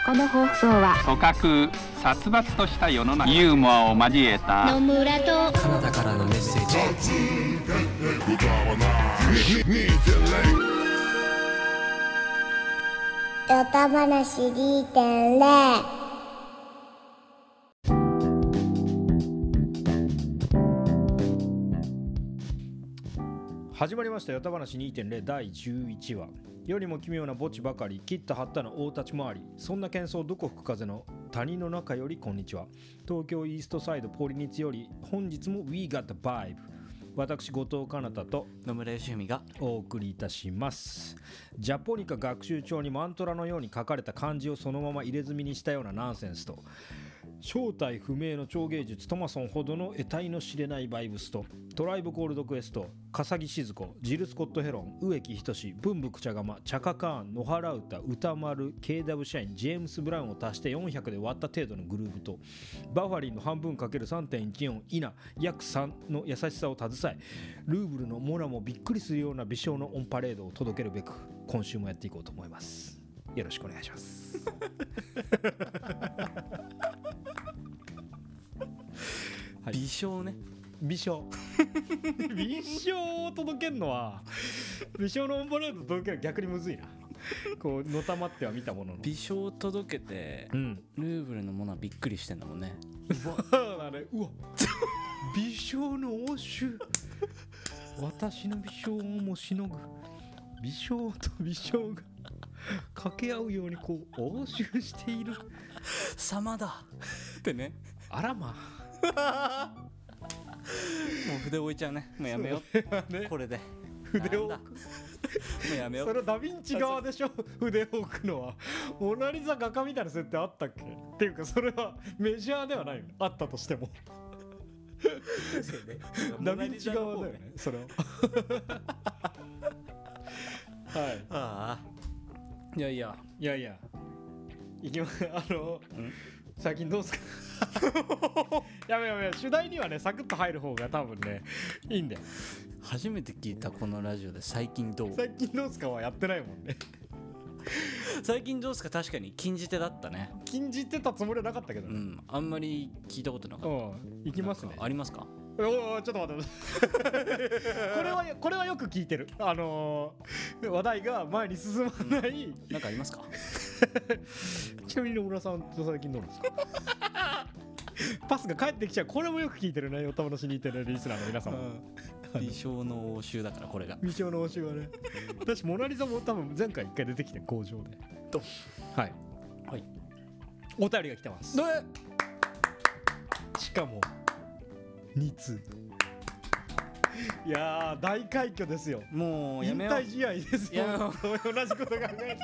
この放送は組閣殺伐とした世の中、ユーモアを交えた野村とカナダからのメッセージ。 ヨタ話2.0。 始まりましたヨタ話 2.0 第11話。世にも奇妙な墓地ばかり、切った張ったの大立ち回り、そんな喧騒どこ吹く風の谷の中よりこんにちは。東京イーストサイドポリニツより本日も We Got the Vibe、 私後藤かなたと野村義文がお送りいたします。ジャポニカ学習帳にマントラのように書かれた漢字をそのまま入れ墨にしたようなナンセンスと、正体不明の超芸術トマソンほどの得体の知れないバイブスと、トライブコールドクエスト、笠木静子、ジル・スコット・ヘロン、植木仁、ブンブクチャガマ、チャカカーン、野原歌、歌丸、KW シャイン、ジェームス・ブラウンを足して400で割った程度のグルーブと、バファリンの半分 ×3.14 イナ約3の優しさを携え、ルーブルのモラもびっくりするような美少のオンパレードを届けるべく今週もやっていこうと思います。よろしくお願いしますはい、 美少ね。 美少美少を届けるのは、美少のオンパレードを届けるの逆にむずいな。こうのたまっては見たものの、 美少を届けて、ルーブルのものはびっくりしてんだもんね。 あれ、うわ美少の応酬、私の美少をもしのぐ美少と美少が掛け合うようにこう応酬している様だってね。 あらまもう筆置いちゃうね。もうやめよう、ね、これで筆を置く、 もうやめよう。 それダヴィンチ側でしょ。筆を置くのはモナリザ画家みたいな設定あったっけっていうか、それはメジャーではないよね、あったとしてもダヴィンチ側だよね、それははい。 ああ、いやいやいやいや、いきます。最近どうすかやめやめ、主題にはねサクッと入る方が多分ねいいんだよ。 初めて聞いたこのラジオで最近どう最近どうすかはやってないもんね最近どうすか確かに禁じ手だったね。 禁じてたつもりはなかったけどね。 あんまり聞いたことなかった。 いきますね。 ありますか？ おお、ちょっと待ってこれはよく聞いてる。話題が前に進まない、 なんかありますか？ ちなみに野村さんと最近どうなんですかパスが返ってきちゃう。これもよく聞いてるね、よたまのしにいてるリスナーの皆様。 美少の応酬だから、これが美少の応酬はね。私モナリザも多分前回1回出てきて工場でと、はいはい、お便りが来てます。しかも2通。いやー、大快挙ですよ。 もうやめよう。 引退試合ですよ。同じこと考えて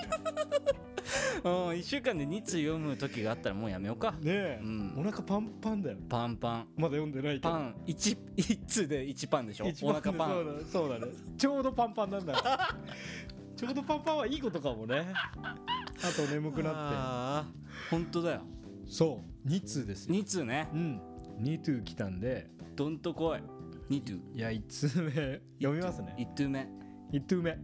1週間で2通読む時があったらもうやめようかね。 え、お腹パンパンだよ。 パンパン。 まだ読んでないけど、 パン1通で1パンでしょ。お腹パン。 そうだね、ちょうどパンパンなんだよちょうどパンパンはいいことかもね。あと眠くなって。 本当だよ。 そう2通ですよ。 2通ね。 2通来たんでどんとこい。2通。 いや、1通目読みますね。 1通目。 1通目、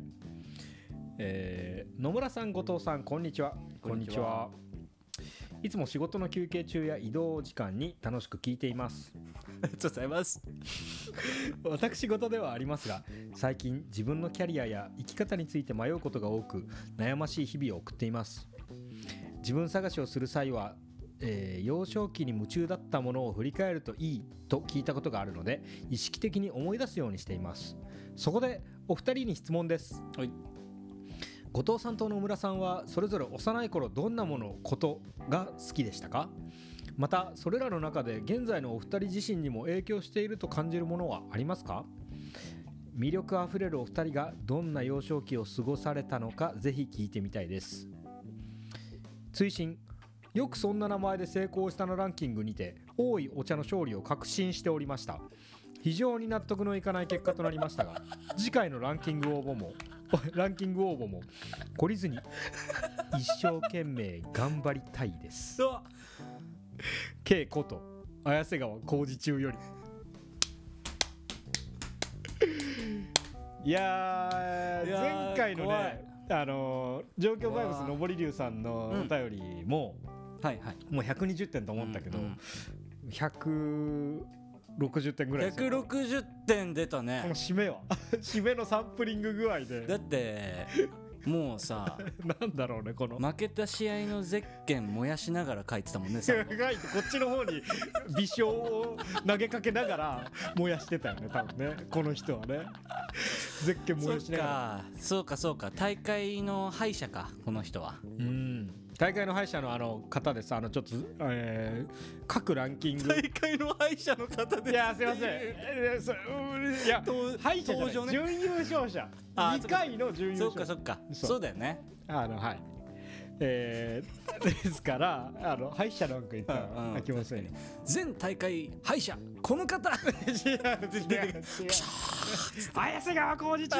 野村さん、後藤さん、こんにちは。こんにちは。いつも仕事の休憩中や移動時間に楽しく聞いていますありがとうございます私事ではありますが、最近自分のキャリアや生き方について迷うことが多く、悩ましい日々を送っています。自分探しをする際は幼少期に夢中だったものを振り返るといいと聞いたことがあるので、意識的に思い出すようにしています。そこでお二人に質問です。 はい。 後藤さんと野村さんはそれぞれ幼い頃どんなことが好きでしたか？またそれらの中で現在のお二人自身にも影響していると感じるものはありますか？魅力あふれるお二人がどんな幼少期を過ごされたのか、ぜひ聞いてみたいです。追伸、よくそんな名前で成功したのランキングにて多いお茶の勝利を確信しておりました。非常に納得のいかない結果となりましたが、次回のランキング応募も懲りずに一生懸命頑張りたいです。K こと綾瀬川工事中より。いや前回のね状況バイブスのぼり龍さんのお便りも、 はいはい。 もう120点と思ったけど、 うんうん 160点ぐらいですよ 160点出たこのね。 締めは締めのサンプリング具合でだってもうさなんだろうねこの負けた試合のゼッケン燃やしながら書いてたもんね。 書いてこっちの方に微笑を投げかけながら燃やしてたよね多分ねこの人はねゼッケン燃やしながらそうか大会の敗者かこの人は。 うん大会の敗者の方ですちょっと、各ランキング大会の敗者の方でいやすいませんいや敗者じゃない、 登場ね準優勝者あ 2回の準優そ勝者っかそうそうだよね。 はいですから敗者なんか言ったら飽きませんよ全大会敗者この方違う綾瀬川工事中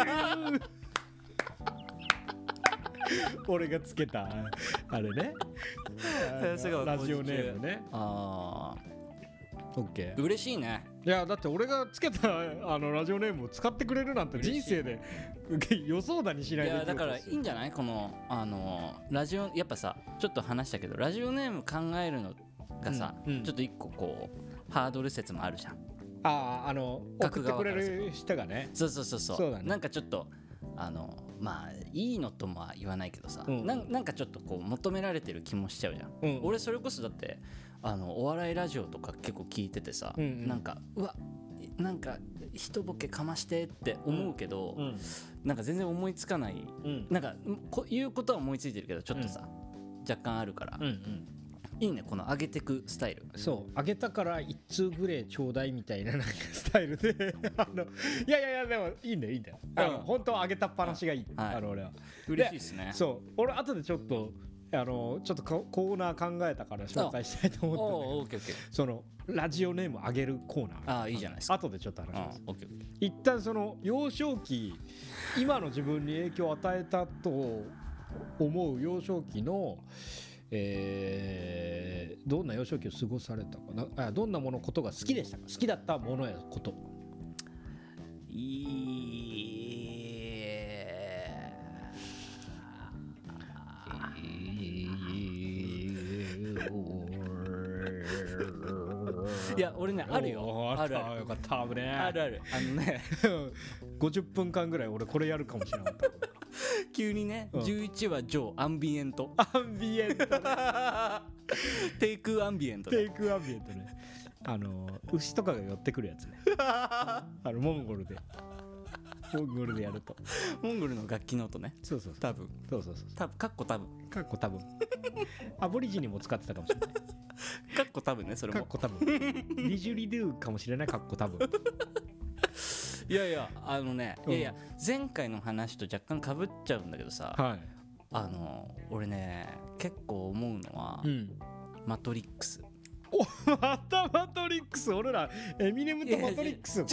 俺がつけたあれね綾瀬川ラジオ工事中ネームねあオッケー嬉しいね。 ーいやだって俺がつけたラジオネームを使ってくれるなんて人生で予想だにしないでいやだからいいんじゃないこのラジオやっぱさちょっと話したけどラジオネーム考えるのがさ、 うんちょっと一個こうハードル説もあるじゃん。 送ってくれる人がねそうそうだねなんかちょっとまあいいのともは言わないけどさ、 うんなんかちょっとこう求められてる気もしちゃうじゃん、 うん俺それこそだってお笑いラジオとか結構聞いててさ、 うんうん、 なんかうわなんか一ボケかましてって思うけど、 うんなんか全然思いつかない、 うんなんか言うことは思いついてるけどちょっとさ、若干あるから、 うんうんいいねこの上げてくスタイル。 そうあげたから1通ぐれちょうだいみたいななんかスタイルでいやでもいいんだよ本当はあげたっぱなしがいい、 はい俺は嬉しいですね。 そう俺後でちょっとコーナー考えたから紹介したいと思って、 オッケーオッケー。 そのラジオネームあげるコーナーああいいじゃないですか。 後でちょっと話しますオッケーオッケー。 一旦その幼少期今の自分に影響を与えたと思う幼少期のどんな幼少期を過ごされたかなどんなことが好きでしたか好きだったものやこといや俺ねあるよあるよかった危ねあるね 50分間ぐらい俺これやるかもしれなかった急にね、11話ジョーアンビエントアンビエントねテイクアンビエントテイクアンビエントね牛とかが寄ってくるやつねモンゴルでやるとモンゴルの楽器の音ね。 そう多分かっこ多分アボリジニも使ってたかもしれないかっこ多分ねそれもかっこ多分ディジュリドゥかもしれないかっこ多分いや前回の話と若干かぶっちゃうんだけどさ、 はい俺ね結構思うのは、マトリックス。 またマトリックス俺らエミネムとマトリックス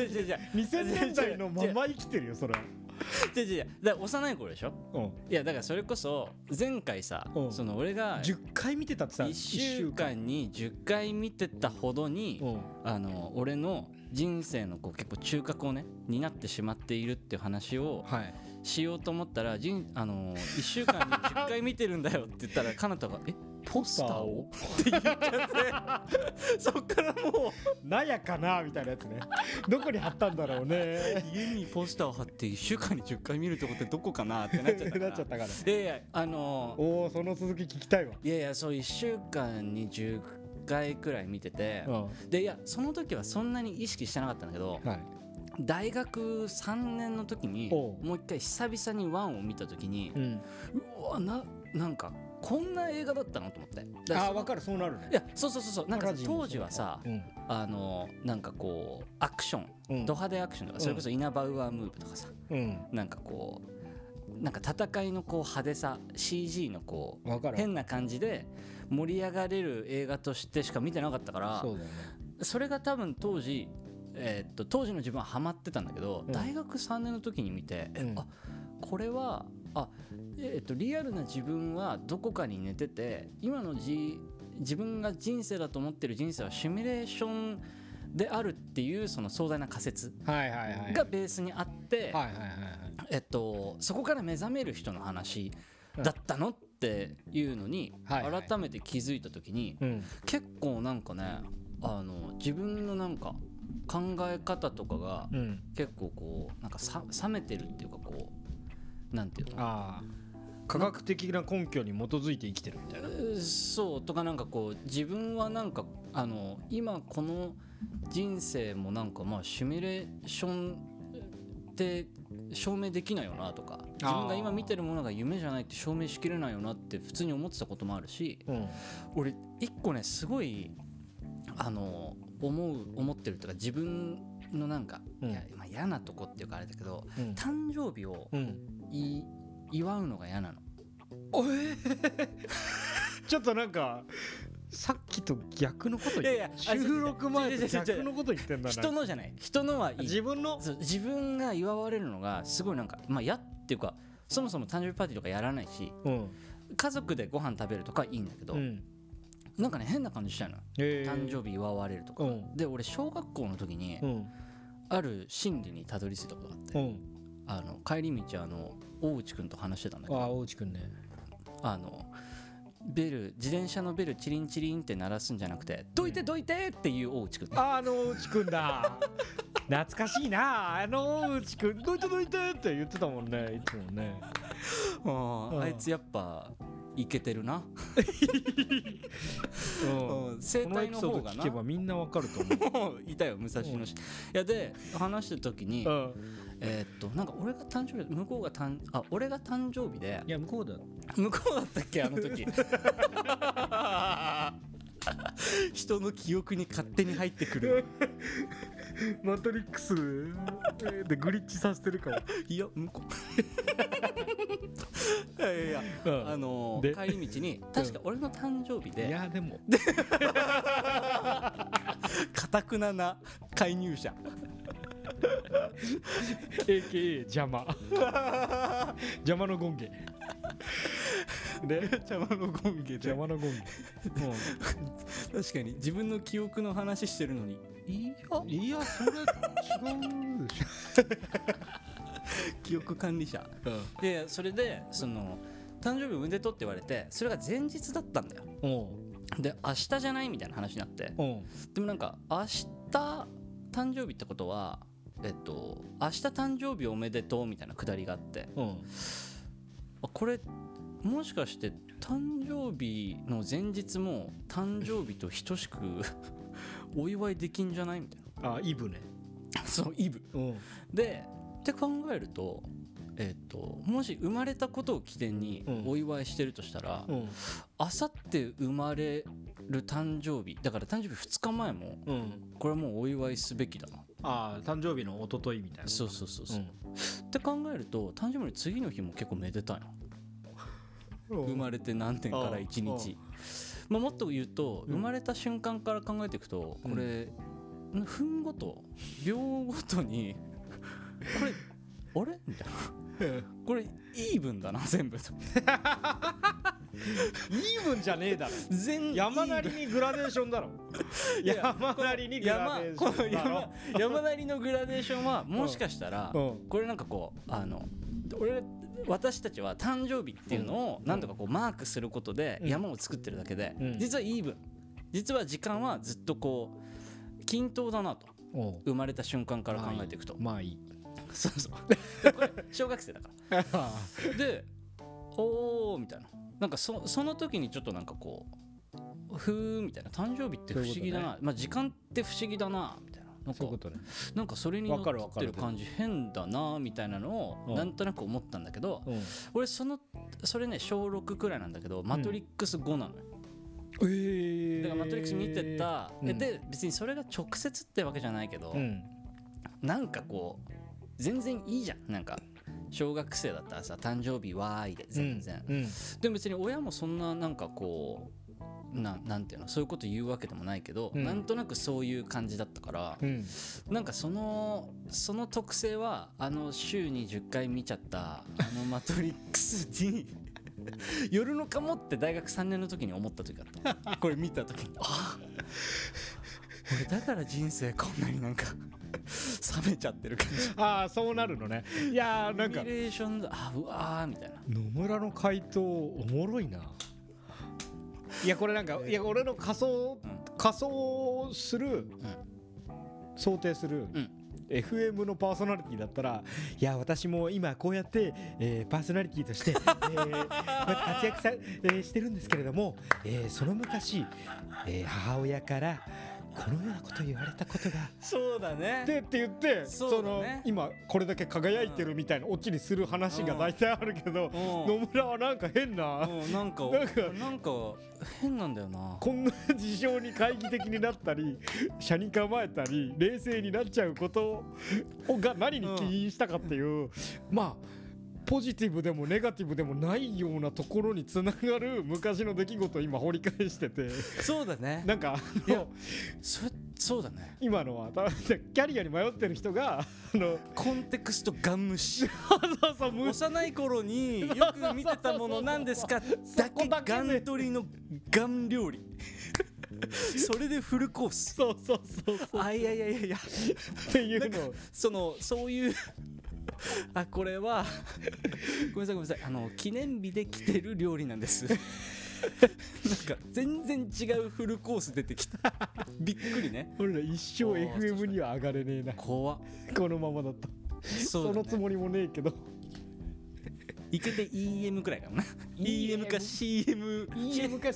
2000年代のまま生きてるよそれはだから幼い頃でしょ、いやだからそれこそ前回さ、その俺が 10回見てたってさ 1週間に10回見てたほどに俺の人生の結構中核をね担ってしまっているっていう話をしようと思ったら1週間に10回見てるんだよって言ったらかなたがポスターをって言っちゃってそっからもうなんやかなみたいなやつねどこに貼ったんだろうね家にポスターを貼って1週間に10回見るってことってどこかなってなっちゃったからおおその続き聞きたいわいやそう1週間に10回くらい見てて、でいやその時はそんなに意識してなかったんだけど、大学3年の時にもう一回久々にワンを見た時に、うわなんかこんな映画だったのと思って。 分かるそうなるね。 いやそうなんか当時はさ、なんかこうアクション、ド派手アクションとか、それこそイナバウアームーブとかさ、なんかこうなんか戦いのこう派手さ CG のこう変な感じで盛り上がれる映画としてしか見てなかったから、それが多分当時の自分はハマってたんだけど、大学3年の時に見て、これはリアルな自分はどこかに寝てて、今の自分が人生だと思ってる人生はシミュレーションであるっていうその壮大な仮説がベースにあって、 そこから目覚める人の話だったのっていうのに改めて気づいた時に、結構なんかね自分のなんか考え方とかが結構こうなんか冷めてるっていうかこうなんていうの、 科学的な根拠に基づいて生きてるみたいな、 そうとかなんかこう自分はなんか今この人生もなんかまあシミュレーションって証明できないよなとか、自分が今見てるものが夢じゃないって証明しきれないよなって普通に思ってたこともあるし、俺一個ねすごい思ってるとか自分のなんか、まあ、嫌なとこっていうかあれだけど、誕生日を、祝うのが嫌なの。 ちょっとなんかさっきと逆のこと言って、収録前と逆のこと言ってんだな。 人のじゃない、人のはいい、 自分の自分が祝われるのがすごいなんかまあ嫌っていうか、そもそも誕生日パーティーとかやらないし、家族でご飯食べるとかいいんだけど、なんかね変な感じしたの、誕生日祝われるとか、で俺小学校の時に、ある心理にたどり着いたことがあって、帰り道大内くんと話してたんだけど、 大内くんね、 自転車のベルチリンチリンって鳴らすんじゃなくてどいてどいてっていう大内くん、 大内くんだ懐かしいな、大内くんどいてどいてって言ってたもんね、いつもね。 あいつやっぱイケてるな。生態の方がな、このエピソード聞けばみんなわかると思う。 いたよ武蔵野市。いやで話してる時に、なんか俺が誕生日、向こうが俺が誕生日で、 いや向こうだったっけあの時。人の記憶に勝手に入ってくる。 マトリックスでグリッチさせてるかも。 いや向こう。いや帰り道に確か俺の誕生日で、 いやでもかたくなな介入者。 AKA 邪魔のゴンゲで邪魔のゴンゲで、 確かに自分の記憶の話してるのに、 いやそれ違うでしょ。 記憶管理者、でそれでその誕生日おめでとうって言われて、それが前日だったんだよ。で明日じゃないみたいな話になって、でもなんか明日誕生日ってことは明日誕生日おめでとうみたいなくだりがあって、これもしかして誕生日の前日も誕生日と等しくお祝いできんじゃないみたいな。 イブね。 そうイブ、でって考えると、もし生まれたことを起点にお祝いしてるとしたら、あさって生まれる誕生日だから誕生日2日前も、これはもうお祝いすべきだな。 誕生日の一昨日みたいな。 そう、って考えると誕生日の次の日も結構めでたいな。生まれて何年から1日、もっと言うと、生まれた瞬間から考えていくと、これ分ごと秒ごとにこれあれみたいなこれイーブンだな全部と。 イーブンじゃねえだろ。山なりにグラデーションだろ。山なりにグラデーションだろ。 山なりのグラデーションはもしかしたら、これなんかこう私たちは誕生日っていうのを何とかこうマークすることで山を作ってるだけで、実はイーブン、実は時間はずっとこう均等だなと。生まれた瞬間から考えていくと、 まあいい。 そうこれ小学生だからでおーみたいな、なんかその時にちょっとなんかこうふーみたいな、誕生日って不思議だな、まあ時間って不思議だなみたいな、なんかそれに乗ってる感じ変だなみたいなのをなんとなく思ったんだけど、俺それね小6くらいなんだけど、マトリックス5なのよ。だからマトリックス見てた、で別にそれが直接ってわけじゃないけど、なんかこう全然いいじゃん。なんか小学生だったらさ誕生日わーいで全然、でも別に親もそんななんかこうなんていうの、そういうこと言うわけでもないけど、なんとなくそういう感じだったから、なんかその特性は週に10回見ちゃったマトリックスによるのかもって大学3年の時に思った時あった。これ見た時に俺だから人生こんなになんか冷めちゃってる感じ。 ああそうなるのね。いやーなんかシミュレーションだ、うわーみたいな。 野村の回答おもろいな。いやこれなんか、いや俺の仮想する、想定する、FM のパーソナリティだったら、いや私も今こうやって、パーソナリティとして、こうやって活躍してるんですけれども、その昔、母親からこのようなことを言われたことがそうだねって言って、 そうだね、 今これだけ輝いてるみたいなオチにする話が大体あるけど、野村はなんか変な、 なんか変なんだよな。 こんな事象に懐疑的になったり車に構えたり冷静になっちゃうことが何に起因したかっていう、まあポジティブでもネガティブでもないようなところにつながる昔の出来事を今掘り返してて、 そうだね、 なんかそうだね、 今のはキャリアに迷ってる人がコンテクストガン無視そう幼い頃によく見てたものなんですかだけガン取りのガン料理それでフルコース、 そういやっていうのそういうこれはごめんなさい記念日で来てる料理なんですなんか全然違うフルコース出てきたびっくりね。 俺ら一生 FM には上がれねえな、 怖っ、 このままだとそのつもりもねえけど、 いけて EM くらいかもなEM か CM か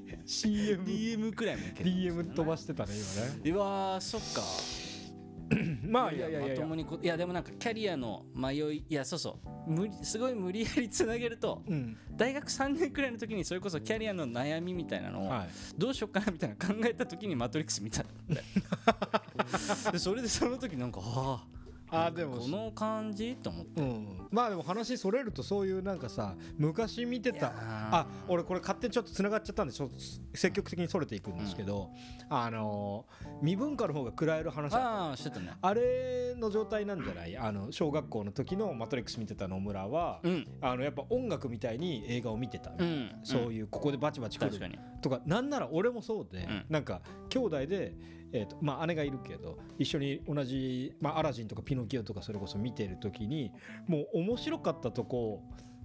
CM DM くらいもいける DM 飛ばしてたね今ね。 うわーそっかまあまともにいやでもなんかキャリアの迷い、いやそうすごい無理やりつなげると、大学3年くらいの時にそれこそキャリアの悩みみたいなのをどうしようかなみたいな考えた時にマトリックス見たんだでそれでその時なんかでもこの感じと思って、 まあでも話それるとそういうなんかさ昔見てた俺これ勝手にちょっとつながっちゃったんで積極的にそれていくんですけど、未文化の方が食らえる話してたね、 あれの状態なんじゃない？小学校の時のマトリックス見てた野村は、やっぱ音楽みたいに映画を見てた、そういうここでバチバチ来るとか、なんなら俺もそうで、なんか兄弟で姉がいるけど一緒に同じ、アラジンとかピノキオとかそれこそ見てる時にもう面白かったとこ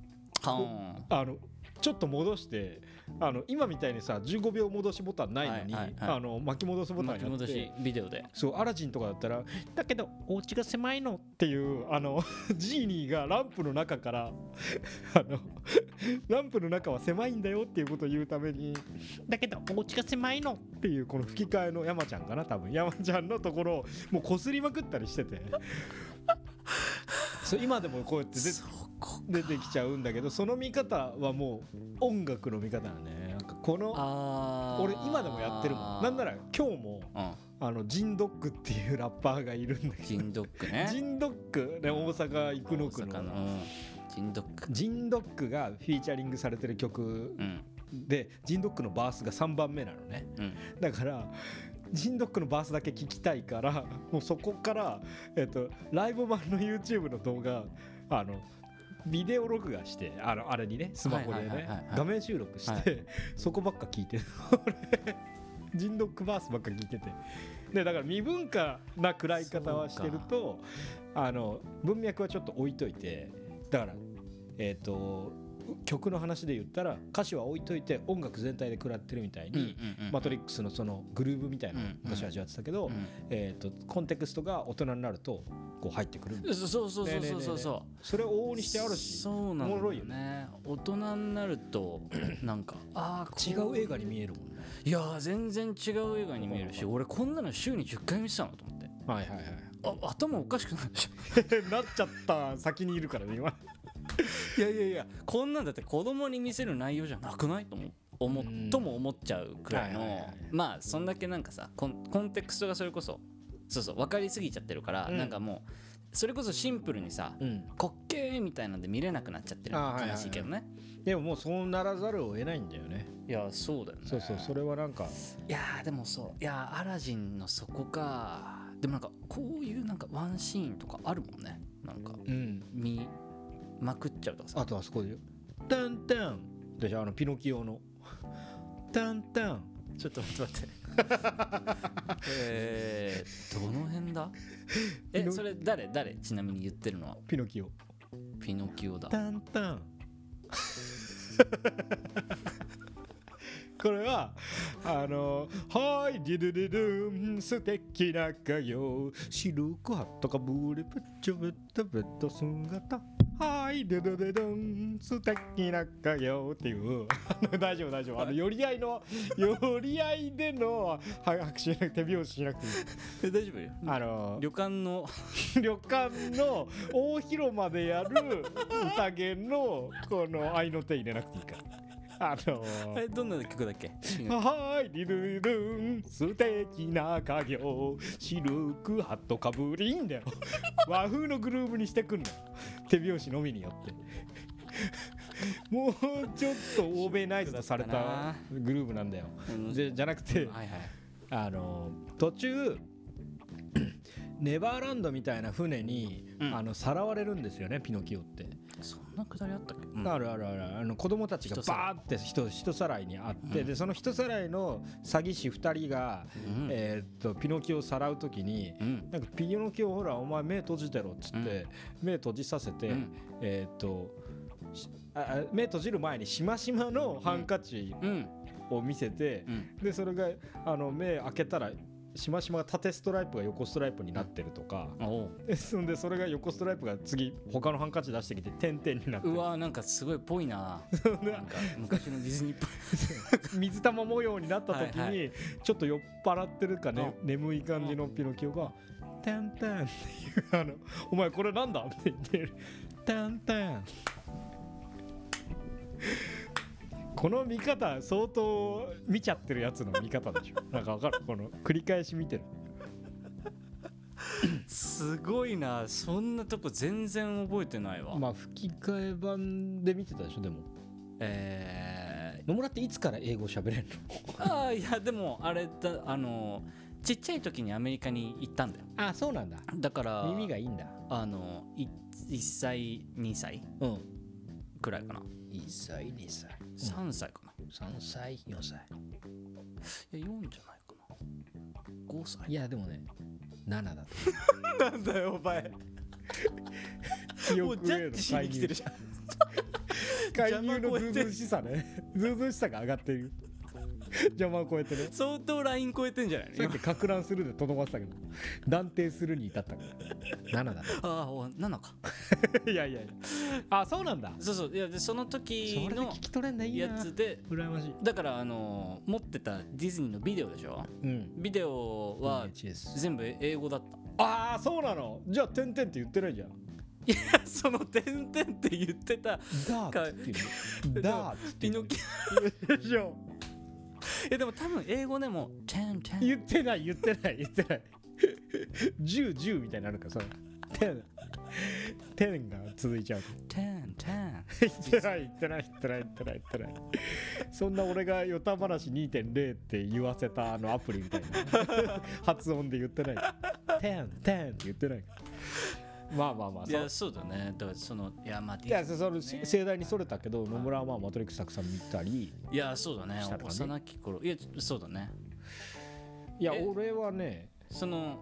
ちょっと戻して今みたいにさ15秒戻しボタンないのに、巻き戻すボタンやって巻き戻しビデオで、 そうアラジンとかだったらだけどお家が狭いのっていうジーニーがランプの中からランプの中は狭いんだよっていうことを言うためにだけどお家が狭いのっていうこの吹き替えの山ちゃんかな、多分山ちゃんのところをもうこすりまくったりしててそう今でもこうやって出てきちゃうんだけど、その見方はもう音楽の見方だね。なんかこの俺今でもやってるもん。なんなら今日も、ジンドックっていうラッパーがいるんだけど、 ジンドックねジンドックね、大阪生野区のジンドックがフィーチャリングされてる曲で、ジンドックのバースが3番目なのね、だからジンドックのバースだけ聞きたいからもうそこから、ライブ版の YouTube の動画ビデオ録画してあれにねスマホでね画面収録して、そこばっか聞いてる俺ジンドックバースばっか聞いてて、でだから未文化な食らい方はしてると文脈はちょっと置いといて、だから曲の話で言ったら歌詞は置いといて音楽全体で食らってるみたいに、マトリックスのそのグルーヴみたいなの昔は味わってたけど、コンテクストが大人になるとこう入ってくる。 そうそれを往々にしてあるし、 そうなんだよね。大人になるとなんか違う映画に見えるもんね。 いや全然違う映画に見えるし、俺こんなの週に10回見てたのと思って、頭おかしくなるでしょなっちゃった先にいるからね今いやこんなんだって子供に見せる内容じゃなくないと思っちゃうくらいの、まあそんだけなんかさコンテクストがそれこそ分かりすぎちゃってるから、なんかもうそれこそシンプルにさ、滑稽みたいなんで見れなくなっちゃってるの悲しいけどね。 でももうそうならざるを得ないんだよね。 いやそうだよね。 それはなんかいやでもアラジンのそこか。でもなんかこういうなんかワンシーンとかあるもんね。なんか見まくっちゃうとかさ。 あとあそこでタンタンでしょ、ピノキオのタンタン。 ちょっと待ってどの辺だ？それ誰ちなみに言ってるのは？ ピノキオ。 ピノキオだ。 タンタンこれははいディドゥディドゥン素敵なかよシルクハットかぶりプッチュブッタブッタ姿はいディドゥディドゥン素敵なかよっていう大丈夫寄り合いでの拍手しなくて手拍子しなくていい。 大丈夫よ。旅館の大広間でやる宴のこの合いの手入れなくていいから。 どんな曲だっけ？ はいリルルン素敵な家業シルクハットかぶりいいんだよ和風のグルーヴにしてくんの手拍子のみによってもうちょっと欧米ナイズとされたグルーヴなんだよ。じゃなくて、途中ネバーランドみたいな船に、さらわれるんですよね、ピノキオって。 そんなくだりあったっけ？ ある子供たちがバーって人さらいにあって、でその人さらいの詐欺師2人が、ピノキオをさらう時に、なんかピノキオほらお前目閉じてろっつって、目閉じさせて、目閉じる前にしましまのハンカチを見せて、でそれが目開けたらしましまが縦ストライプが横ストライプになってるとか、それが横ストライプが次他のハンカチ出してきて点々になってる。 うわなんかすごいぽいな。なんか昔のディズニーっぽい水玉模様になった時にちょっと酔っ払ってるかね、眠い感じのピノキオが「タンタン」っていうお前これなんだ?」って言ってる「タンタン」この見方相当見ちゃってるやつの見方でしょ。なんかわかる、この繰り返し見てるすごいな。そんなとこ全然覚えてないわ。 まあ吹き替え版で見てたでしょ。でも野村っていつから英語喋れんの？ いやでもあれだ、ちっちゃい時にアメリカに行ったんだよ。 あ、そうなんだ。 だから耳がいいんだ。 1歳2歳くらいかな。 1歳2歳 3歳かな。 3歳4歳いや4じゃないかな。5歳。 いやでもね7だとなんだよお前もうジャッジしに来てるじゃん介入のズうずうしさねズうずうしさが上がってる邪魔を超えてね。 相当ライン超えてんじゃないの？ さっきか乱するでとどまってたけど断定するに至ったから7だ 7かいやあ、そうなんだ。 そういやでその時のやつで羨ましい。 だから持ってたディズニーのビデオでしょ、ビデオは全部英語だった。 ああ、そうなの。じゃあ点々って言ってないじゃん。 いやその点々って言ってたダーって言うダーってピノキオでしょ。 いやでも多分英語でも言ってない10みたいになるからさ10が続いちゃう。言ってないそんな俺がヨタ話 2.0 って言わせたアプリみたいな発音で言ってない。10って言ってないまあいやそうだね。だからそのいや盛大にそれたけど、野村はマトリックスたくさん見たり。 いやそうだね。幼き頃。いやそうだね。 いや俺はねその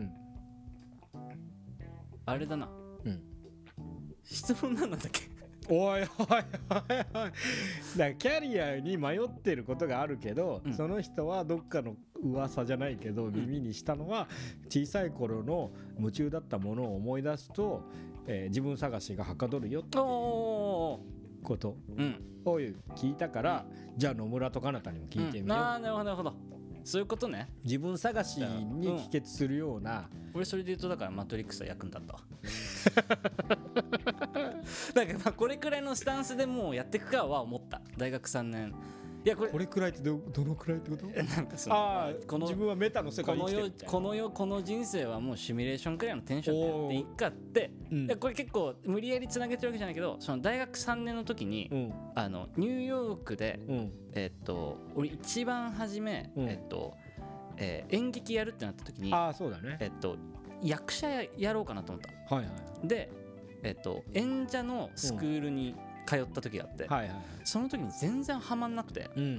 あれだな。質問なんだっけ？ おいだからキャリアに迷ってることがあるけど、その人はどっかの噂じゃないけど耳にしたのは、小さい頃の夢中だったものを思い出すと、自分探しがはかどるよっていうことを聞いたから、じゃあ野村とかなたにも聞いてみよう。 なるほどそういうことね。 自分探しに帰結するような、 俺それで言うとだからマトリックスは役に立ったわだからこれくらいのスタンスでもうやっていくかは思った。大学3年。いやこれくらいってどのくらいってこと？ なんかその自分はメタの世界に生きてるみたいな。 この人生はもうシミュレーションくらいのテンションでやっていくかって、これ結構無理やりつなげてるわけじゃないけど、その大学3年の時に、ニューヨークで、俺一番初め、演劇やるってなった時に、 そうだね。 役者やろうかなと思った。で、演者のスクールに通った時があって、その時に全然ハマんなくて、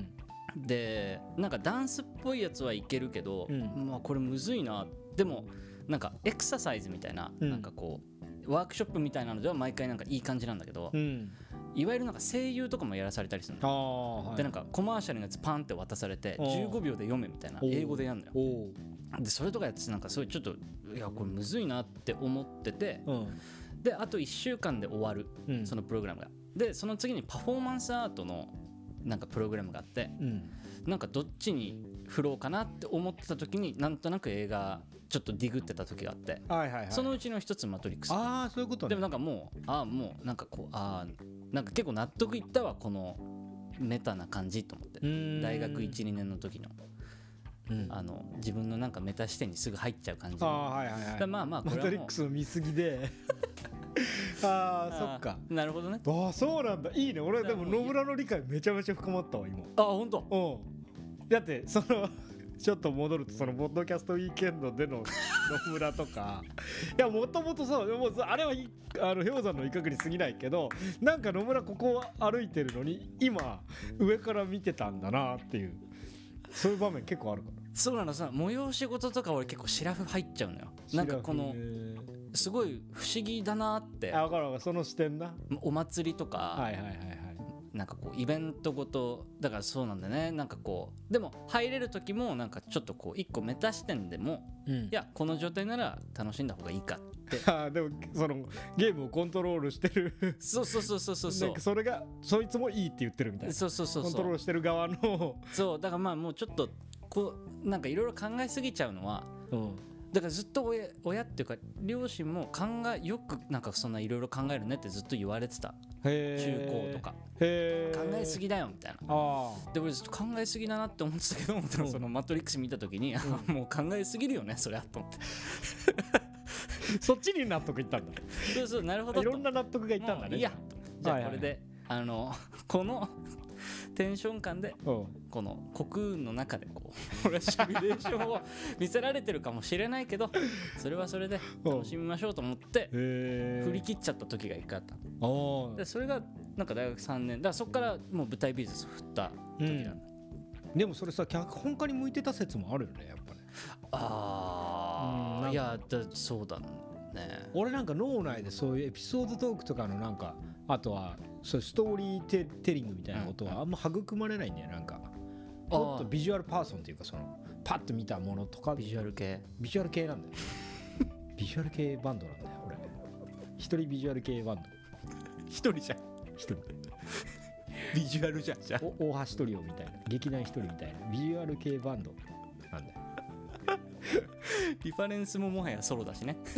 でなんかダンスっぽいやつはいけるけど、まあこれむずいな。でもなんかエクササイズみたいな、なんかこうワークショップみたいなのでは毎回なんかいい感じなんだけど、いわゆるなんか声優とかもやらされたりするの。でなんかコマーシャルのやつパンって渡されて15秒で読めみたいな、英語でやるのよ。でそれとかやってなんかそういうちょっといやこれむずいなって思ってて、であと1週間で終わる、そのプログラムが。でその次にパフォーマンスアートのなんかプログラムがあって、なんかどっちに振ろうかなって思ってた時になんとなく映画ちょっとディグってた時があって、そのうちの一つマトリックス。 そういうことね。 でもなんかもうなんかこうなんか結構納得いったわこのメタな感じと思って。大学 1,2 年の時の自分のなんかメタ視点にすぐ入っちゃう感じ。まあまあこれはもうマトリックスの見過ぎでそっか。 なるほどね。 そうなんだ。いいね。俺でも野村の理解めちゃめちゃ深まったわ今。 本当。 だってそのちょっと戻るとそのポッドキャストウィーケンドでの野村とかいやもともとさもうあれは氷山の一角に過ぎないけど、なんか野村ここ歩いてるのに今上から見てたんだなっていう、そういう場面結構あるから。 そうなのさ、催し事とか俺結構シラフ入っちゃうのよ。なんかこのすごい不思議だなって。 分かる分かる、その視点な。 お祭りとかなんかこうイベントごとだからそうなんだね。なんかこうでも入れる時もなんかちょっとこう一個メタ視点でも、いやこの状態なら楽しんだ方がいいかってでもそのゲームをコントロールしてるそうなんかそれがそいつもいいって言ってるみたいな。 そうコントロールしてる側のそうだからまあもうちょっとこうなんかいろいろ考えすぎちゃうのは、だからずっと親っていうか両親もよくなんかそんないろいろ考えるねってずっと言われてた。中高とか考えすぎだよみたいな。で俺ずっと考えすぎだなって思ってたけど、そのマトリックス見た時にもう考えすぎるよねそりゃと思ってそっちに納得いったんだ。 そうなるほど。 いろんな納得がいったんだね。 いやじゃあこれでこのテンション感でこのコクーンの中でこう俺はシミュレーションを見せられてるかもしれないけど、それはそれで楽しみましょうと思って振り切っちゃった時が一回あった。でそれがなんか大学3年だからそこからもう舞台美術振った時なんだ。 でもそれさ脚本家に向いてた説もあるよねやっぱね。 いやそうだね。 俺なんか脳内でそういうエピソードトークとかのなんかあとはそうストーリーテリングみたいなことはあんま育まれないんだよ。なんかもっとビジュアルパーソンっていうかそのパッと見たものとかビジュアル系なんだよビジュアル系バンドなんだよ俺。一人ビジュアル系バンド。 一人じゃん。 一人ビジュアルじゃん。じゃ大橋トリオみたいな劇団一人みたいなビジュアル系バンドなんだよリファレンスももはやソロだしね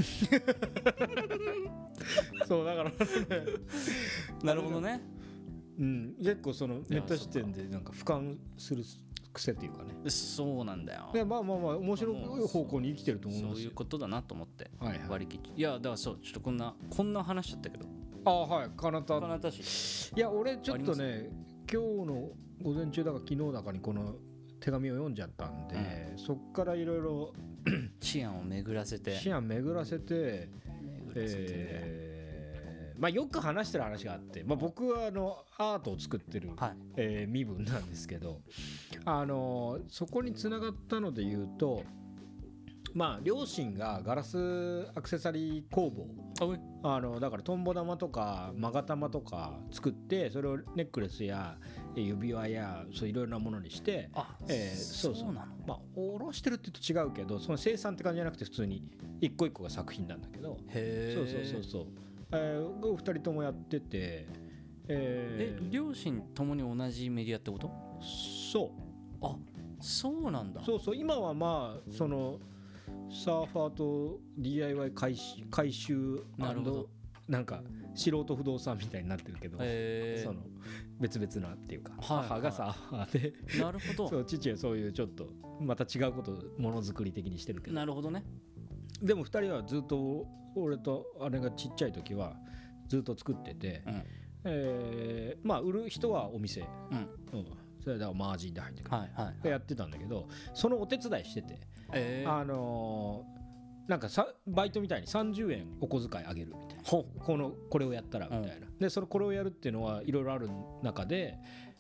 そうだからねなるほどね。 結構そのメタ視点でなんか俯瞰する癖っていうかね。 そうなんだよ。 まあ面白い方向に生きてると思いますよ。 そういうことだなと思って割り切って。いやだからそうちょっとこんな話しちゃったけど。 金田市。いや俺ちょっとね今日の午前中だか昨日だかにこの手紙を読んじゃったんで、そっからいろいろ思案を巡らせてまあよく話してる話があって、僕はアートを作ってる身分なんですけど、そこにつながったので言うと、両親がガラスアクセサリー工房、だからトンボ玉とか勾玉とか作って、それをネックレスや指輪やそういろいろなものにして、そうなの。おろしてるって言うと違うけど、その生産って感じじゃなくて普通に一個一個が作品なんだけど、そう2人ともやってて、 両親ともに同じメディアってこと？そうなんだ。 今はそのサーファーと DIY 回収なんか素人不動産みたいになってるけど、その別々なっていうか、母がサーファーでなるほど父はそういうちょっとまた違うことをものづくり的にしてるけど。 なるほどね。 でも2人はずっと俺と姉がちっちゃい時はずっと作ってて、売る人はお店、それだからマージンで入ってくる、やってたんだけど、そのお手伝いしてて、なんかバイトみたいに30円お小遣いあげるみたいな、これをやったらみたいな、でこれをやるっていうのはいろいろある中で、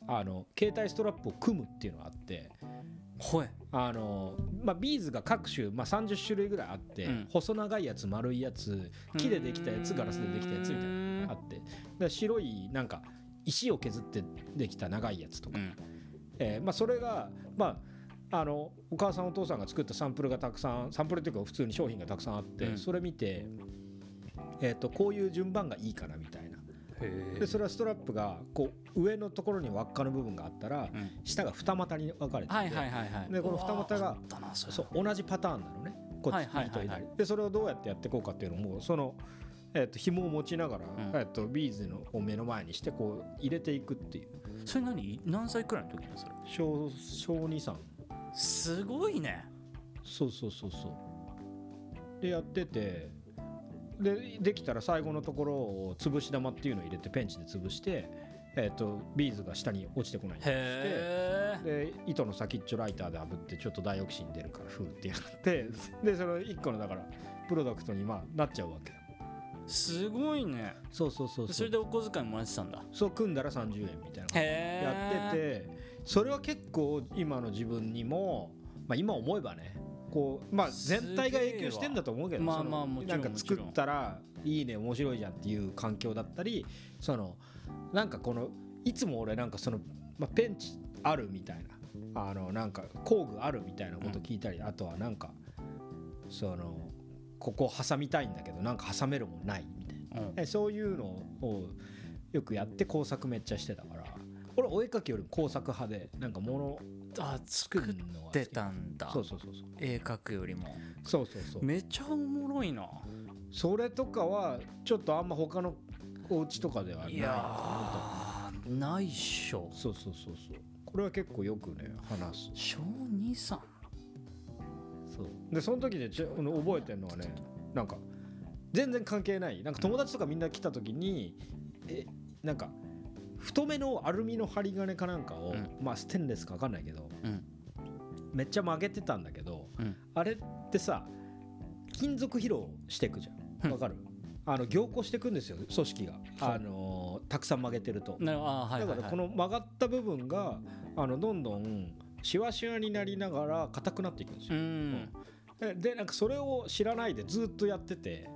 携帯ストラップを組むっていうのがあって、 ほい、 ビーズが各種、30種類ぐらいあって、細長いやつ、丸いやつ、木でできたやつ、ガラスでできたやつみたいなのがあって、で白いなんか石を削ってできた長いやつとか、それがお母さんお父さんが作ったサンプルがたくさん、サンプルっていうか普通に商品がたくさんあって、それ見て、こういう順番がいいかなみたいな。でそれはストラップがこう上のところに輪っかの部分があったら、下が二股に分かれてて、でこの二股が同じパターンなのね、こっち右と左で、それをどうやってやっていこうかっていうのもその紐を持ちながら、ビーズのを目の前にしてこう入れていくっていう。 それ何歳くらいの時なのそれ？ 小2、3。 すごいね。 そうでやってて、できたら最後のところを潰し玉っていうのを入れてペンチで潰して、ビーズが下に落ちてこないようにして、で糸の先っちょライターで炙ってちょっとダイオキシン出るからフーってやってでその1個のだからプロダクトになっちゃうわけよ。 すごいね。 そうそれでお小遣いもらってたんだ。 そう組んだら30円みたいなやってて、それは結構今の自分にも、今思えばねこう全体が影響してんだと思うけど、なんか作ったらいいね面白いじゃんっていう環境だったり、そのなんかこのいつも俺なんかその、ペンチあるみたいななんか工具あるみたいなこと聞いたり、あとはなんかそのここ挟みたいんだけどなんか挟めるもんないみたいな、そういうのをよくやって工作めっちゃしてたから、俺お絵描きよりも工作派でなんか物作ってたんだ。そう絵描くよりも。そうめちゃおもろいな。 それとかはちょっとあんま他のお家とかではない。いやないっしょ。 そうこれは結構よくね話す。 小2さん。 そうでその時で覚えてるのはね、なんか全然関係ない、なんか友達とかみんな来た時になんか太めのアルミの針金かなんかを、ステンレスか分かんないけど、めっちゃ曲げてたんだけど、あれってさ金属疲労していくじゃん、分かる？凝固していくんですよ組織が、たくさん曲げてると。だからこの曲がった部分がどんどんシワシワになりながら硬くなっていくんですよ。でなんかそれを知らないでずっとやってる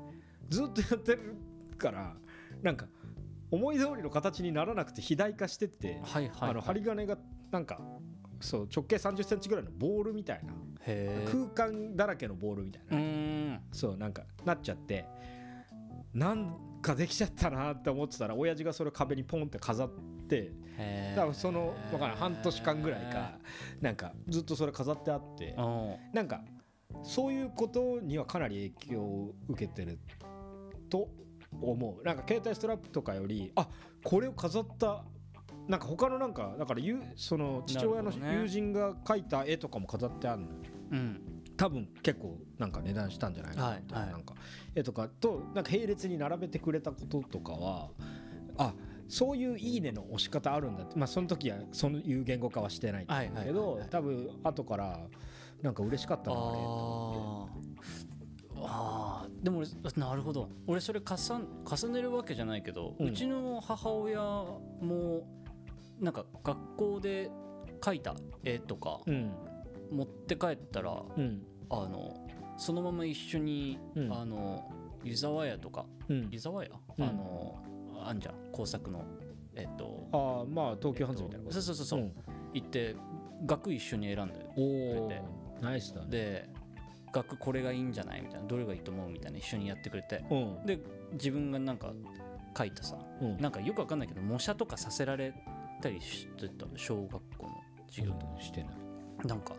からなんか思い通りの形にならなくて肥大化してって、針金がなんかそう直径30センチぐらいのボールみたいな、空間だらけのボールみたいな、そうなんかなっちゃって、なんかできちゃったなって思ってたら親父がそれを壁にポンって飾って、多分その分からん半年間ぐらいかなんかずっとそれ飾ってあって、なんかそういうことにはかなり影響を受けてると思う。なんか携帯ストラップとかよりこれを飾ったなんか他のなんかだからその父親の友人が描いた絵とかも飾ってあるの、多分結構なんか値段したんじゃないかなみたいな、なんか絵とかとなんか並列に並べてくれたこととかはそういういいねの押し方あるんだって、その時はそういう言語化はしてないんだけど、多分後からなんか嬉しかったなでもなるほど、俺それ重ねるわけじゃないけど、うちの母親もなんか学校で描いた絵とか持って帰ったら、そのまま一緒に、湯沢屋とか、湯沢屋、あんじゃん工作の東急ハンズみたいな、 そう、行って額一緒に選んでくれて、 ナイスだね。 で額これがいいんじゃないみたいな、どれがいいと思うみたいな一緒にやってくれて、で自分がなんか書いたさ、なんかよくわかんないけど模写とかさせられたりしてたの、小学校の授業とかしてない。 なんか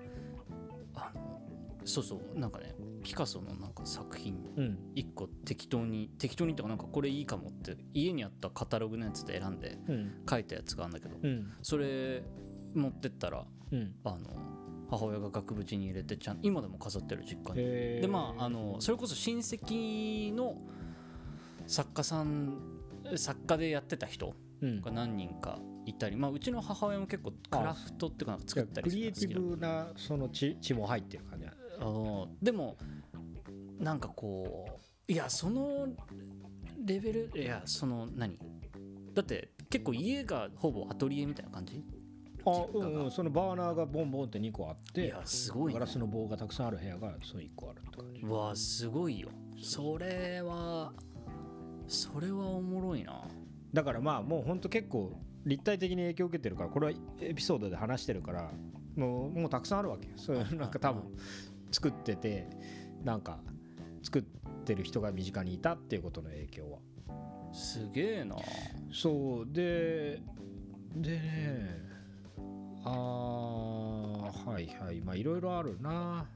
そうなんかね、ピカソのなんか作品一個適当にとかなんかこれいいかもって家にあったカタログのやつで選んで書いたやつがあるんだけど、それ持ってったら母親が額縁に入れて今でも飾ってる実家に。でそれこそ親戚の作家でやってた人が何人かいたり、うちの母親も結構クラフトっていうか作ったりするクリエイティブなその血も入ってる感じ。 でもなんかこうそのレベル、その何だって結構家がほぼアトリエみたいな感じあ、うんうん、そのバーナーがボンボンって2個あっいて、 やすごいね。 ガラスの棒がたくさんある部屋がその1個あるって感じ。 うわすごいよ。それはおもろいな。 だからまあもうほんと結構立体的に影響を受けてるから、これはエピソードで話してるからもうたくさんあるわけよ。そういうなんか多分作ってて、なんか作ってる人が身近にいたっていうことの影響は。 すげえな。 そうでね、はいはい、まあいろいろあるな。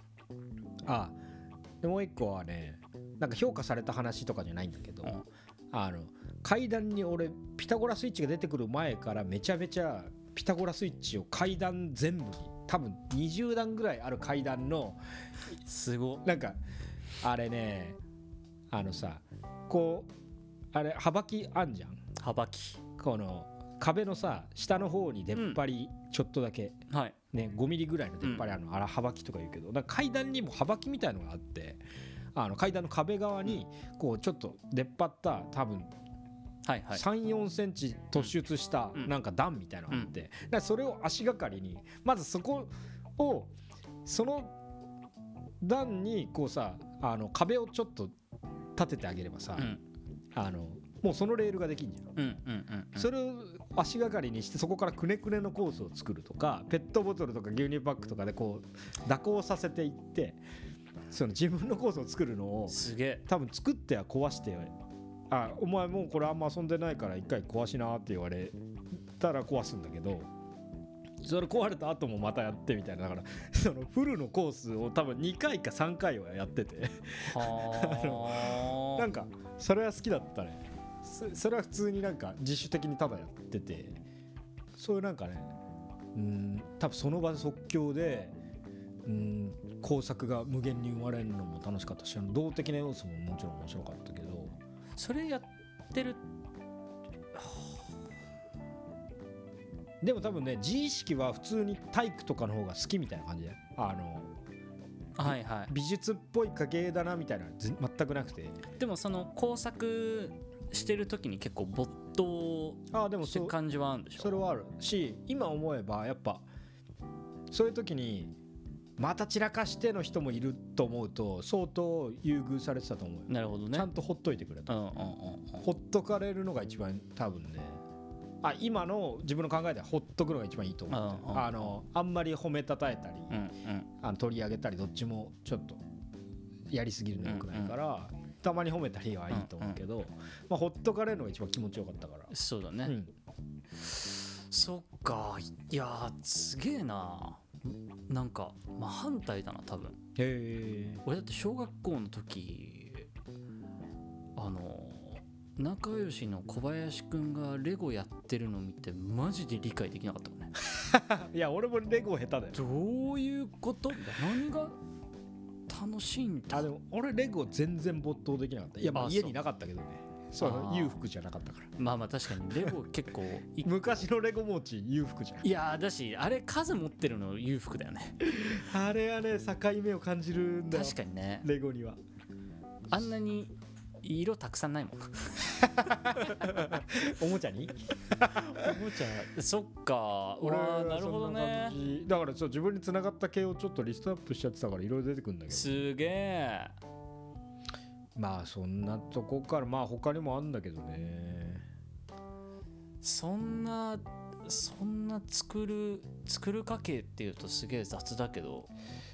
でもう一個はね、なんか評価された話とかじゃないんだけど、階段に俺ピタゴラスイッチが出てくる前からめちゃめちゃピタゴラスイッチを階段全部に、多分20段ぐらいある階段の、 すごなんかあれね、さ、こうあれ幅木あんじゃん。 幅木。 この壁のさ下の方に出っ張りちょっとだけ、 はいね、5ミリぐらいの出っ張りあるの、あら幅木とか言うけど、だから階段にも幅木みたいのがあって、階段の壁側にこうちょっと出っ張った多分はいはい。 3、4センチ突出したなんか段みたいなのがあって、だからそれを足がかりにまずその段にこうさ、壁をちょっと立ててあげればさ、もうそのレールができんじゃん。それを足がかりにして、そこからくねくねのコースを作るとか、ペットボトルとか牛乳パックとかでこう蛇行させていって、その自分のコースを作るのをすげえ。 多分作っては壊して、お前もうこれあんま遊んでないから一回壊しなって言われたら壊すんだけど、それ壊れた後もまたやってみたいな。だからそのフルのコースを多分2回か3回はやっててなんかそれは好きだったね。それは普通になんか自主的にただやってて、そういうなんかね、多分その場で即興で工作が無限に生まれるのも楽しかったし、動的な要素ももちろん面白かったけど、 それやってる。 でも多分ね、自意識は普通に体育とかの方が好きみたいな感じで、 はいはい。 美術っぽい家系だなみたいな全くなくて、 でもその工作してる時に結構没頭でもしてる感じはあるんでしょ。 それはあるし、今思えばやっぱそういう時にまた散らかしての人もいると思うと相当優遇されてたと思うよ。 なるほどね。 ちゃんとほっといてくれた、ほっとかれるのが一番多分ね、今の自分の考えではほっとくのが一番いいと思う。あんまり褒めたたえたり、取り上げたりどっちもちょっとやりすぎるのよくないから、たまに褒めたりはいいと思うけど、ほっとかれるのが一番気持ちよかったから。 そうだね、そっか。いやーすげえな。なんか真反対だな多分。俺だって小学校の時仲良しの小林くんがレゴやってるの見てマジで理解できなかったもんねいや俺もレゴ下手だよ。 どういうこと？何が楽しいんだ。 でも俺レゴ全然没頭できなかった。いや家になかったけどね。そう裕福じゃなかったから。 まあ確かにレゴ結構昔のレゴモーチ裕福じゃん。 いやだしあれ数持ってるの裕福だよねあれはね境目を感じるんだよ。 確かにね。 レゴにはあんなに色たくさんないもんおもちゃにおもちゃそっか。俺はなるほどね。 だから自分に繋がった系をちょっとリストアップしちゃってたからいろいろ出てくるんだけど。 すげえ。 まあそんなとこから他にもあるんだけどね。 そんな作る家系っていうとすげえ雑だけど、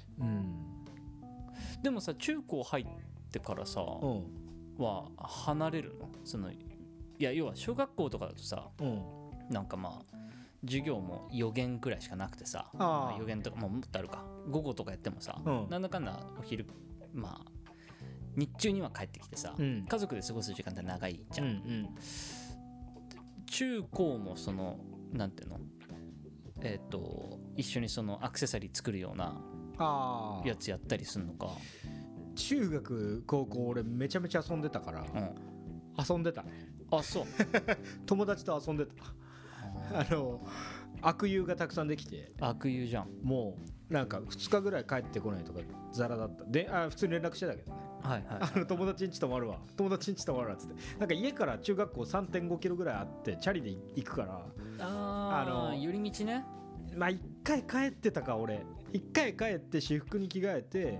でもさ中高入ってからさ、は離れるの？いや要は小学校とかだとさ、なんか授業も予言くらいしかなくてさ、予言とかもっとあるか、午後とかやってもさ、なんだかんだお昼日中には帰ってきてさ、家族で過ごす時間って長いじゃん、中高もなんていうの、一緒にアクセサリー作るようなやつやったりするのか。 中学高校俺めちゃめちゃ遊んでたから、遊んでたね。 そう友達と遊んでた悪友がたくさんできて。 悪友じゃん。 もうなんか2日ぐらい帰ってこないとかザラだったで、普通に連絡してたけどね。 はいはい、 友達ん家泊まるわっつって、なんか家から中学校 3.5 キロぐらいあってチャリで行くから、 寄り道ね。 まあ一回帰ってたか、俺一回帰って私服に着替えて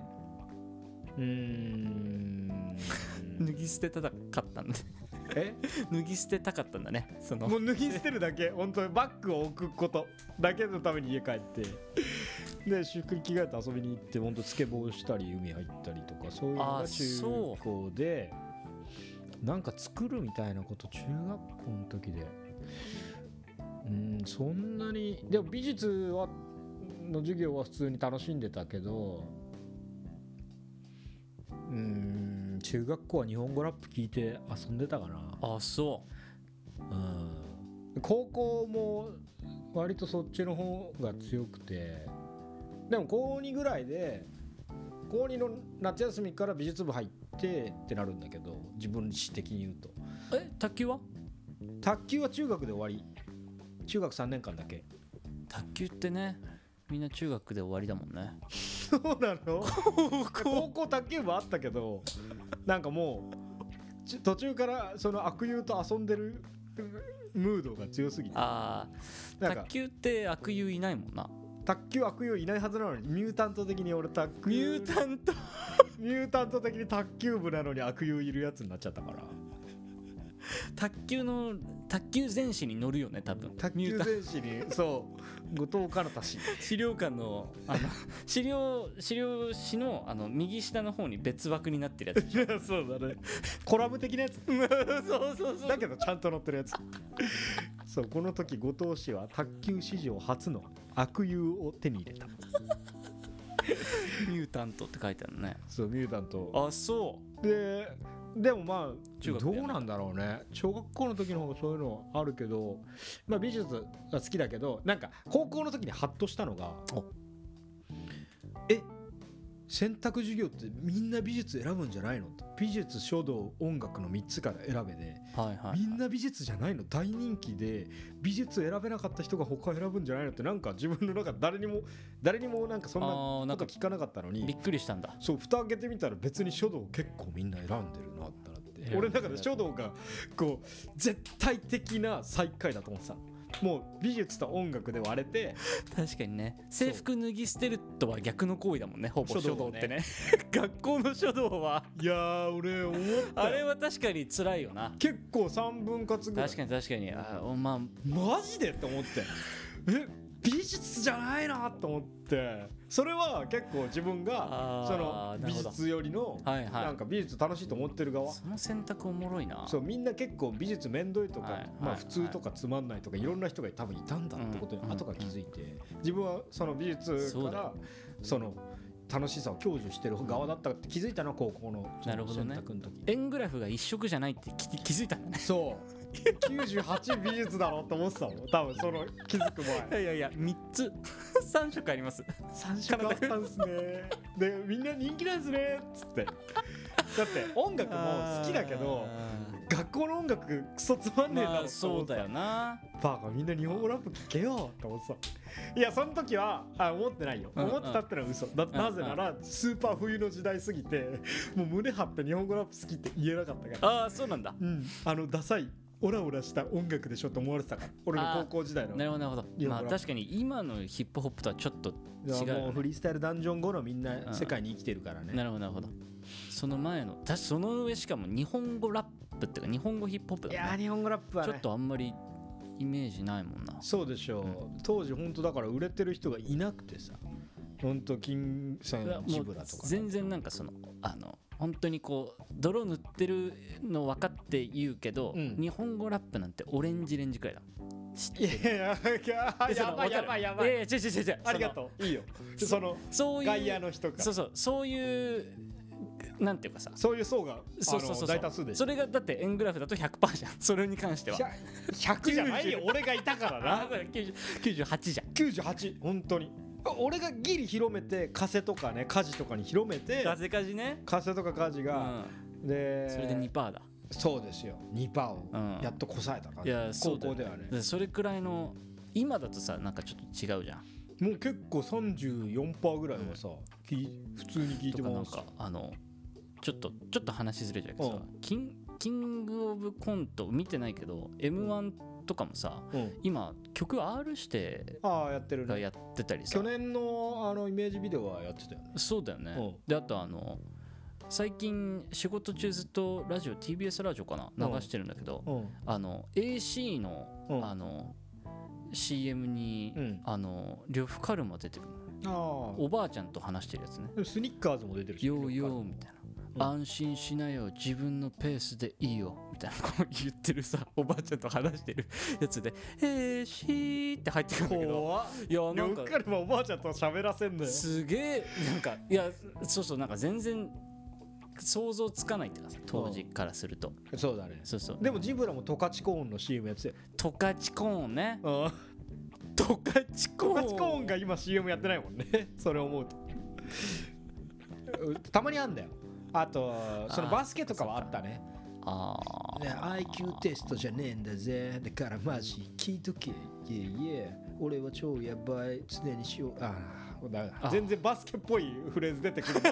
脱ぎ捨てたかったんで脱ぎ捨てたかったんだね。 もう脱ぎ捨てるだけ、本当にバッグを置くことだけのために家帰ってで私服に着替えて遊びに行って、本当スケボーしたり海入ったりとか、そういうのが中高で、なんか作るみたいなこと中学校の時でそんなに。でも美術の授業は普通に楽しんでたけど、中学校は日本語ラップ聞いて遊んでたかな。 あ、そう。 高校も割とそっちの方が強くて、でも高2ぐらいで、高2の夏休みから美術部入ってってなるんだけど、自分史的に言うと。 卓球は中学で終わり。中学3年間だけ。 卓球ってね、みんな中学で終わりだもんね。 そうなの？高校卓球部あったけど、なんかもう途中からその悪友と遊んでるムードが強すぎて。 卓球って悪友いないもんな。 卓球悪友いないはずなのに、ミュータント的に俺ミュータント的に卓球部なのに悪友いるやつになっちゃったから。 卓球戦士に乗るよね、多分。 卓球戦士に、そう後藤かなた氏。 資料館の資料紙の右下の方に別枠になってるやつ。 そうだね、コラム的なやつ。そうだけどちゃんと載ってるやつ。そう、この時後藤氏は卓球史上初の悪友を手に入れた。 ミュータントって書いてあるね。 そう、ミュータント。 あ、そう。 でもまあどうなんだろうね。小学校の時の方がそういうのあるけど、まあ美術が好きだけど、なんか高校の時にハッとしたのが、選択授業ってみんな美術選ぶんじゃないの？美術、書道、音楽の3つから選べで、みんな美術じゃないの？大人気で美術選べなかった人が他選ぶんじゃないのって、なんか自分の中で誰にもなんかそんなこと聞かなかったのに、 びっくりしたんだ。 そう、蓋開けてみたら別に書道結構みんな選んでるなってなって、俺の中で書道がこう絶対的な最下位だと思ってた。もう美術と音楽で割れて。 確かにね、制服脱ぎ捨てるとは逆の行為だもんね、ほぼ書道ってね。学校の書道は、 いやー、俺思った。 あれは確かに辛いよな。 結構3分割ぐらい。 確かにマジでって思って、美術じゃないなと思って、それは結構自分がその美術よりのなんか美術楽しいと思ってる側。 その選択おもろいな。 そう、みんな結構美術めんどいとか、まあ普通とかつまんないとか、いろんな人が多分いたんだってことに後から気づいて、自分はその美術からその楽しさを享受してる側だったって気づいたのは高校の選択の時。 円グラフが一色じゃないって気づいたんだね。 そう98美術だろうと思ってたもん、多分その気づく前。 いや3つ3色あります。 3色あったんすね。でみんな人気なんすねっつって。だって音楽も好きだけど、学校の音楽クソつまんねえだろって思ってた。 そうだよな。 バカ、みんな日本語ラップ聴けよって思ってた。いや、その時は思ってないよ。思ってたってのは嘘だ。なぜならスーパー冬の時代すぎて、もう胸張って日本語ラップ好きって言えなかったから。 そうなんだ。 ダサいオラオラした音楽でしょって思われてたから、俺の高校時代の。 なるほど。まあ確かに今のヒップホップとはちょっと違う。 もうフリースタイルダンジョン後のみんな世界に生きてるからね。 なるほど。その前の、その上しかも日本語ラップっていうか日本語ヒップホップだね。 いや、日本語ラップはね、 ちょっとあんまりイメージないもんな。 そうでしょう。当時本当だから売れてる人がいなくてさ、本当金さんジブラとか全然なんかその本当にこう泥塗ってるの分かって言うけど、日本語ラップなんてオレンジレンジくらいだ。 いややばい。 違う。 ありがとう。いいよ。そういう外野の人か。 そういうなんていうかさ、 そういう層が大多数で。 それがだって円グラフだと 100% じゃん。それに関しては 100じゃないよ。俺がいたからな。 98じゃん。 98、本当に。俺がギリ広めて、カセとかね、カジとかに広めて、 カジね、 カセとかカジが、でそれで 2% だ。 そうですよ、2% をやっとこさえたから、 いや高校ではね。 それくらいの、今だとさ、なんかちょっと違うじゃん。 もう結構 34% ぐらいはさ、普通に聞いてます。 なんかちょっと話ずれちゃうけどさ、キングオブコント見てないけど M1 とかもさ、今曲 R 指定やってるね、 がやってたりさ、 去年のイメージビデオはやってたよね。 そうだよね。であと最近仕事中ずっとラジオ TBS ラジオかな流してるんだけど、AC のCM に呂布カルマ出てくる。おばあちゃんと話してるやつね。 スニッカーズも出てるし、 ヨーヨーみたいな、安心しなよ自分のペースでいいよみたいなこう言ってるさ、おばあちゃんと話してるやつでシーって入ってくるんだけど、いやなんか呂布カルマおばあちゃんと喋らせんのよ。 すげえなんか、いやそうなんか全然想像つかないっていうかさ、当時からすると。 そうだね。 そうでもジブラもトカチコーンの CM やってたよ。 トカチコーンね。トカチコーンが今 CM やってないもんねそれ思うとたまにあんだよ。あとそのバスケとかはあったね。IQ テストじゃねえんだぜ、だからマジ聞いとけ、俺は超やばい、常にしよう。全然バスケっぽいフレーズ出てくる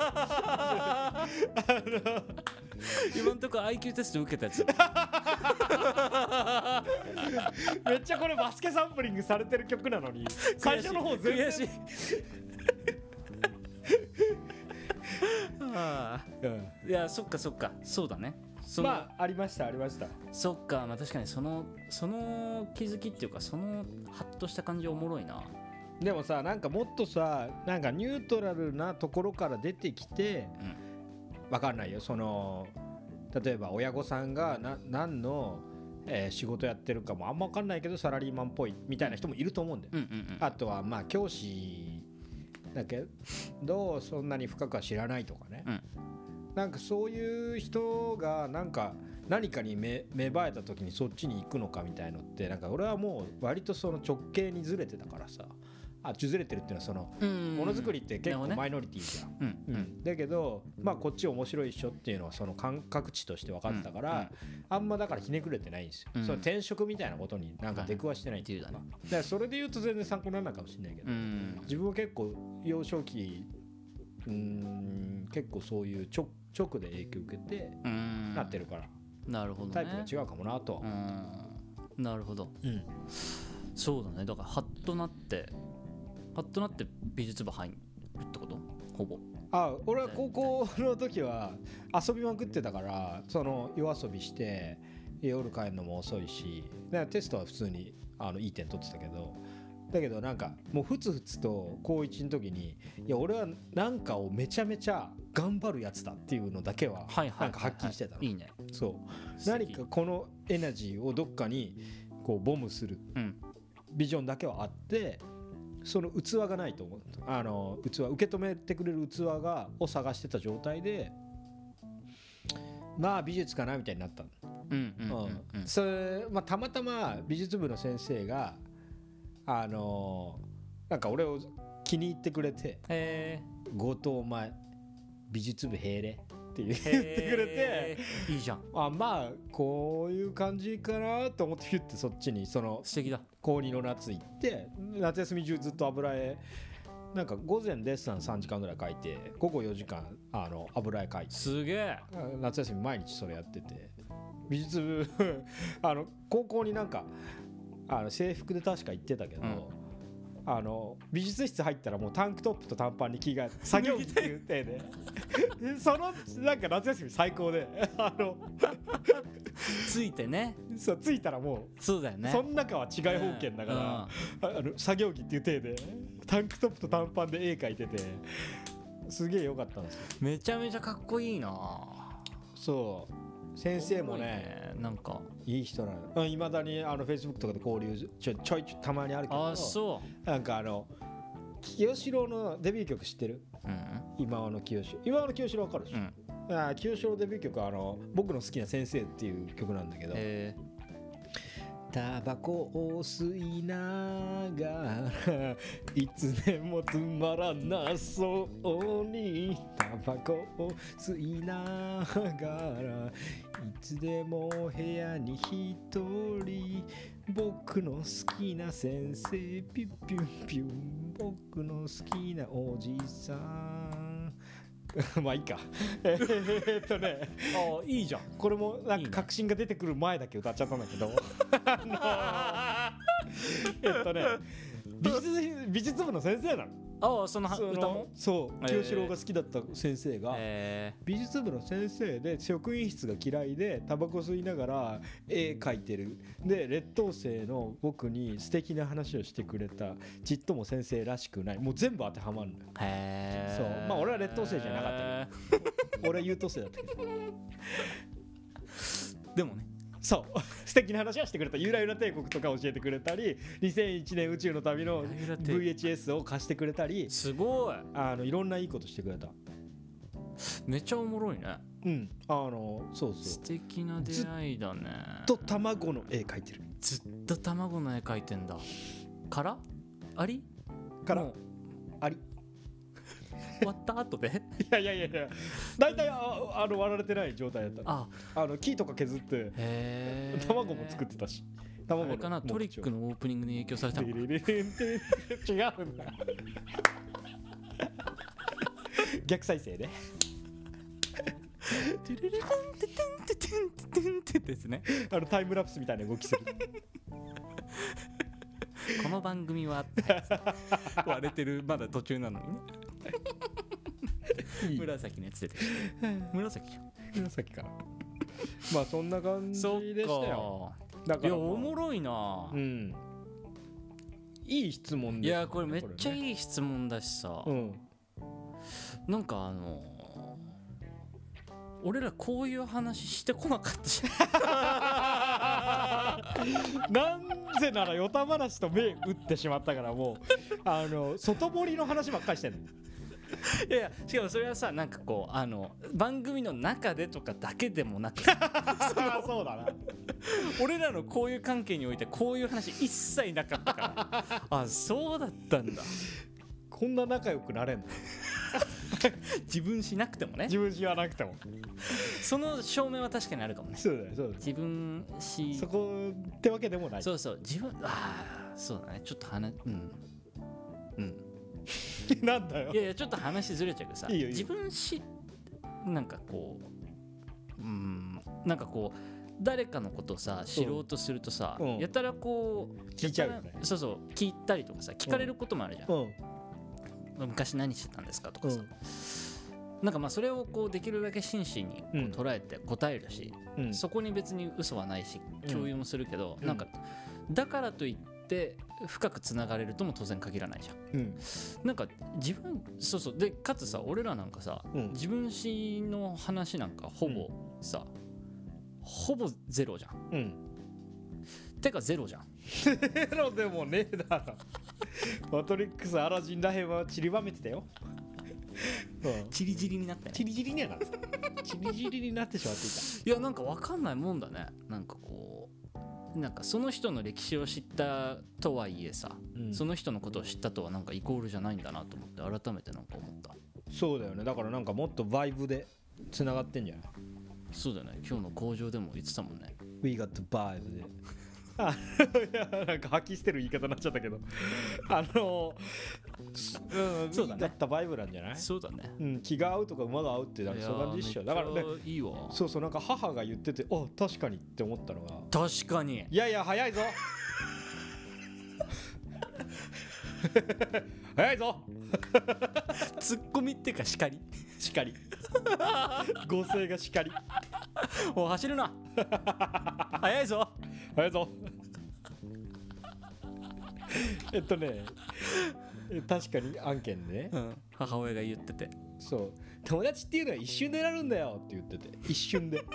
今んとこ IQ テスト受けたやつめっちゃこれバスケサンプリングされてる曲なのに最初の方全然悔しいいやそっかそうだね。 まあありました。 そっか、まあ確かにその気づきっていうか、そのハッとした感じおもろいな。 でもさ、なんかもっとさ、なんかニュートラルなところから出てきて、わかんないよ、その例えば親御さんが何の、仕事やってるかもあんまわかんないけどサラリーマンっぽいみたいな人もいると思うんだよ。あとはまあ教師だけどそんなに深くは知らないとかね、なんかそういう人がなんか何かに芽生えた時にそっちに行くのかみたいのって、なんか俺はもう割とその直径にずれてたからさ。ずれてるっていうのはそのものづくりって結構マイノリティじゃん。だけどまあこっち面白いっしょっていうのはその感覚値として分かってたから、あんまだからひねくれてないんですよ。その転職みたいなことになんか出くわしてないっていうか、だからそれで言うと全然参考にならないかもしれないけど、自分は結構幼少期結構そういう直で影響を受けてなってるから、 なるほどね、 タイプが違うかもなとは。 なるほど、そうだね。だからハッとなって美術部入るってこと？ほぼ。俺は高校の時は遊びまくってたから、その夜遊びして夜帰るのも遅いし、テストは普通にいい点取ってたけど、だけどなんかもうふつふつと高1の時に、いや俺はなんかをめちゃめちゃ頑張るやつだっていうのだけはなんかはっきりしてたの。いいね。そう何かこのエナジーをどっかにこうボムするビジョンだけはあって、その器がないと思う。受け止めてくれる器を探してた状態で、まあ美術かなみたいになったの。それまあたまたま美術部の先生がなんか俺を気に入ってくれて、後藤お前美術部並列って言ってくれて、いいじゃん。まあこういう感じかなと思ってヒュッてそっちに、その素敵だ。高2の夏行って夏休み中ずっと油絵、なんか午前デッサン3時間ぐらい描いて、午後4時間油絵描いて、すげえ夏休み毎日それやってて、美術部高校になんか制服で確か行ってたけど、美術室入ったらもうタンクトップと短パンに着替えて作業着っていう体でそのなんか夏休み最高でついてね。そうついたらもうそうだよね。その中は違い方権だから、作業着っていう体でタンクトップと短パンで絵描いてて、すげえ良かったんですよ。めちゃめちゃかっこいいな。そう先生もね、なんかいい人なの。いまだにFacebook とかで交流ちょいたまにあるけど、そうなんか清志郎のデビュー曲知ってる？今和の清志郎わかるでしょ？清志郎デビュー曲は僕の好きな先生っていう曲なんだけど、タバコを吸いながらいつでもつまらなそうに、タバコを吸いながらいつでも部屋に一人、僕の好きな先生ピュッピュッピュン、僕の好きなおじさんまあいいかあいいじゃん。 これもなんか確信が出てくる前だけ歌っちゃったんだけど美術部の先生なの。 その歌もそう清志郎が好きだった先生が美術部の先生で、職員室が嫌いでタバコ吸いながら絵描いてる。で劣等生の僕に素敵な話をしてくれた、ちっとも先生らしくない。もう全部当てはまるのよ。そうまあ俺は劣等生じゃなかったけど俺は優等生だったけどでもねそう素敵な話はしてくれた。ゆらゆら帝国とか教えてくれたり、2001年宇宙の旅の VHS を貸してくれたり、 すごいいろんないいことしてくれた。 めっちゃおもろいね。 うんそう素敵な出会いだね。 ずっと卵の絵描いてる。 ずっと卵の絵描いてんだ。からありからあり終わった後でいや大体割られてない状態だった。木とか削って卵も作ってたし。 あれかな、トリックのオープニングに影響されたのかな。 違うんだ逆再生でトゥルルルンテテンテテンテテンテですね。 タイムラプスみたいな動きするこの番組は割れてるまだ途中なのにね紫のやつ出てきて紫じゃん。 紫か。まあそんな感じでしたよ。だから、 いやおもろいな。 いい質問です。 いやこれめっちゃいい質問だしさ、なんか俺らこういう話してこなかったじゃんなんぜならヨタ話と目打ってしまったから、もう外堀の話ばっかりしてんの。 いやしかもそれはさ、なんかこう番組の中でとかだけでもなくそうだな俺らの交友関係においてこういう話一切なかったからそうだったんだ。 こんな仲良くなれんの自分しなくてもね。 自分しなくてもその証明は確かにあるかもね。 そうだよ自分しそこってわけでもない。 そう自分そうだね。ちょっとなんだよ。 いやちょっと話ずれちゃうけどさ、 いいよ自分なんかこうなんかこう誰かのことをさ知ろうとするとさ、やたらこう聞いちゃうよね。 そう聞いたりとかさ、聞かれることもあるじゃん。昔何してたんですかとかさ、なんかまあそれをこうできるだけ真摯にこう捉えて答えるし、そこに別に嘘はないし共有もするけど、なんかだからといって深くつながれるとも当然限らないじゃん。なんか自分でかつさ、俺らなんかさ、自分史の話なんかほぼさ、ほぼゼロじゃん。てかゼロじゃん。 ゼロでもねえだろ。マトリックス、アラジンらへんは散りばめてたよ。 チリチリになったよ。 チリチリにはなってた。チリチリになってしまっていた。 いやなんか分かんないもんだね。なんかこうなんかその人の歴史を知ったとはいえさ、その人のことを知ったとはなんかイコールじゃないんだなと思って改めてなんか思った。 そうだよね。だからなんかもっとバイブでつながってんじゃない。 そうだよね。今日の工場でも言ってたもんね。 We got the vibe でいやなんか吐き捨てる言い方になっちゃったけどそうだね。だったバイブなんじゃない。 そうだね。 気が合うとか馬が合うってなんかそういう感じでしょ。だからね、 いいわ。 そうなんか母が言ってて確かにって思ったのが、 確かにいや早いぞ早いぞツッコミってか叱り合成が叱りお走るな早いぞ確かに案件ね、 母親が言ってて、 そう友達っていうのは一瞬でなるんだよって言ってて、一瞬で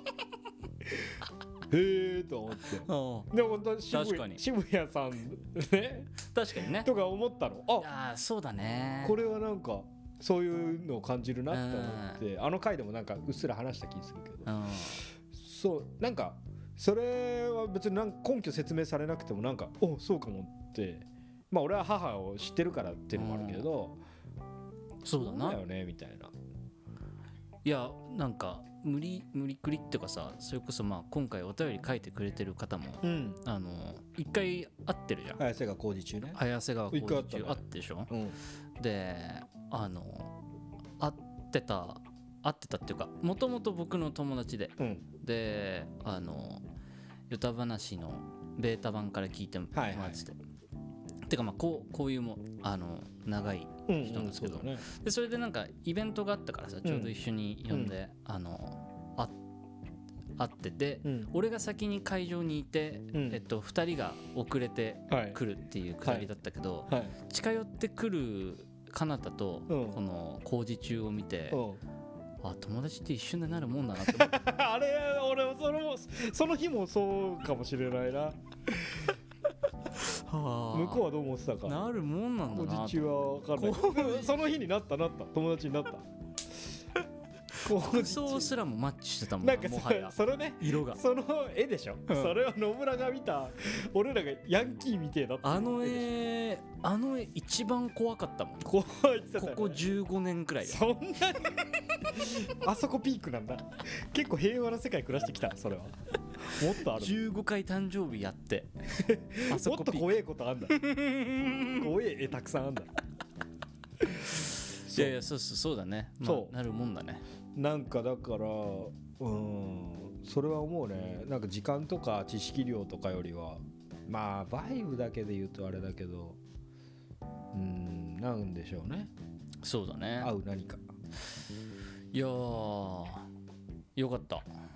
へえと思って、でも本当に渋谷さんね、 確かにねとか思ったの。 そうだね。 これはなんかそういうのを感じるなって思って、あの回でもなんかうっすら話した気するけど、そうなんかそれは別になんか根拠説明されなくてもなんかそうかもって、まあ俺は母を知ってるからっていうのもあるけど、 そうだな、 そうだよねみたいな。 いやなんか無理くりっていうかさ、それこそまあ今回お便り書いてくれてる方も、一回会ってるじゃん。 綾瀬川工事中ね。 綾瀬川工事中会ってでしょ、で会っってたっていうか、もともと僕の友達で、でヨタ話のベータ版から聞いてもらってて、てかまあこういうも長い人なんですけど、でそれでなんかイベントがあったからさ、ちょうど一緒に呼んで、会ってて、俺が先に会場にいて、2人が遅れてくるっていうくだりだったけど、近寄ってくるかなたとこの工事中を見て、あ、友達って一瞬でなるもんだなって思ってあれ、俺その日もそうかもしれないな。向こうはどう思ってたか。 なるもんなんだな。 工事中は分かんない。その日になった友達になった。 服装すらもマッチしてたもんなんかもはやそれね、 色がその絵でしょ、それは野村が見た俺らがヤンキーみてえだった。 あの絵一番怖かったもん。 ここ 15年くらいで。 そんなにあそこピークなんだ。結構平和な世界暮らしてきた。それはもっとある。 15回誕生日やってあそこもっと怖えことあんだ。怖え絵たくさんあんだ。 いやいや、そうだね、まあ、なるもんだね。 なんかだからそれは思うね。なんか時間とか知識量とかよりは、まあバイブだけで言うとあれだけど、なんでしょうね。 そうだね。 合う何か。 いやー、よかった。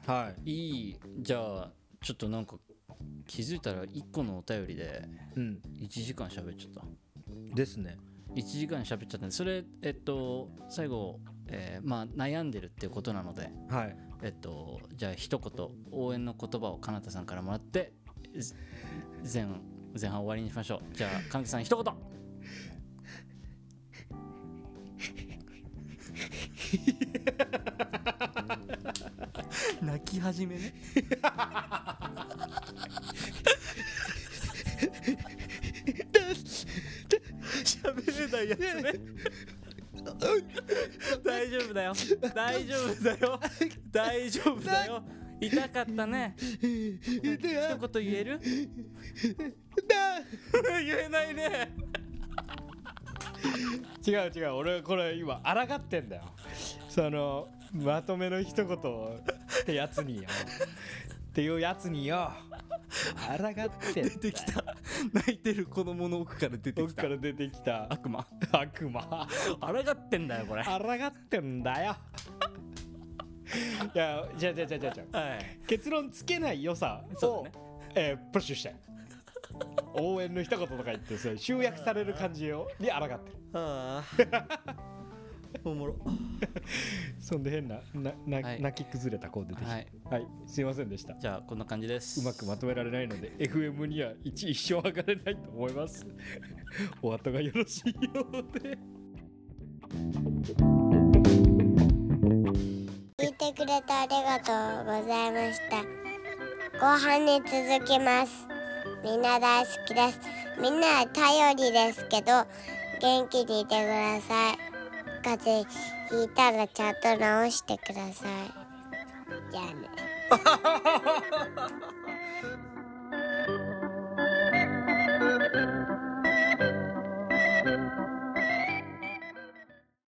はい。いい。じゃあちょっとなんか気づいたら1個のお便りで1時間喋っちゃった。 ですね。 1時間喋っちゃったんで、それ最後、まあ悩んでるっていうことなので、はい、じゃあ一言応援の言葉をかなたさんからもらって前半終わりにしましょう。じゃあかなたさん一言。泣き始めね。喋れないやつね。大丈夫だよ。大丈夫だよ。大丈夫だよ。痛かったね。一言言える？言えないね。 違う俺これ今抗ってんだよ。そのまとめの一言ってやつによっていうやつによ抗って出てきた。泣いてる子供の奥から出てきた悪魔抗ってんだよこれ。 抗ってんだよ。いやじゃあ、はい、結論つけない良さを、ねプッシュして応援の一言とか言ってそれ集約される感じに抗ってる。おもろ。そんで変な泣き崩れた子出てきて、はい、すいませんでした。 じゃあこんな感じです。 うまくまとめられないので FM には一生上がれないと思います。お後がよろしいようで。 聞いてくれてありがとうございました。後半に続きます。みんな大好きです。みんな頼りですけど元気にいてください。風邪ひいたらちゃんと治してください。じゃあね。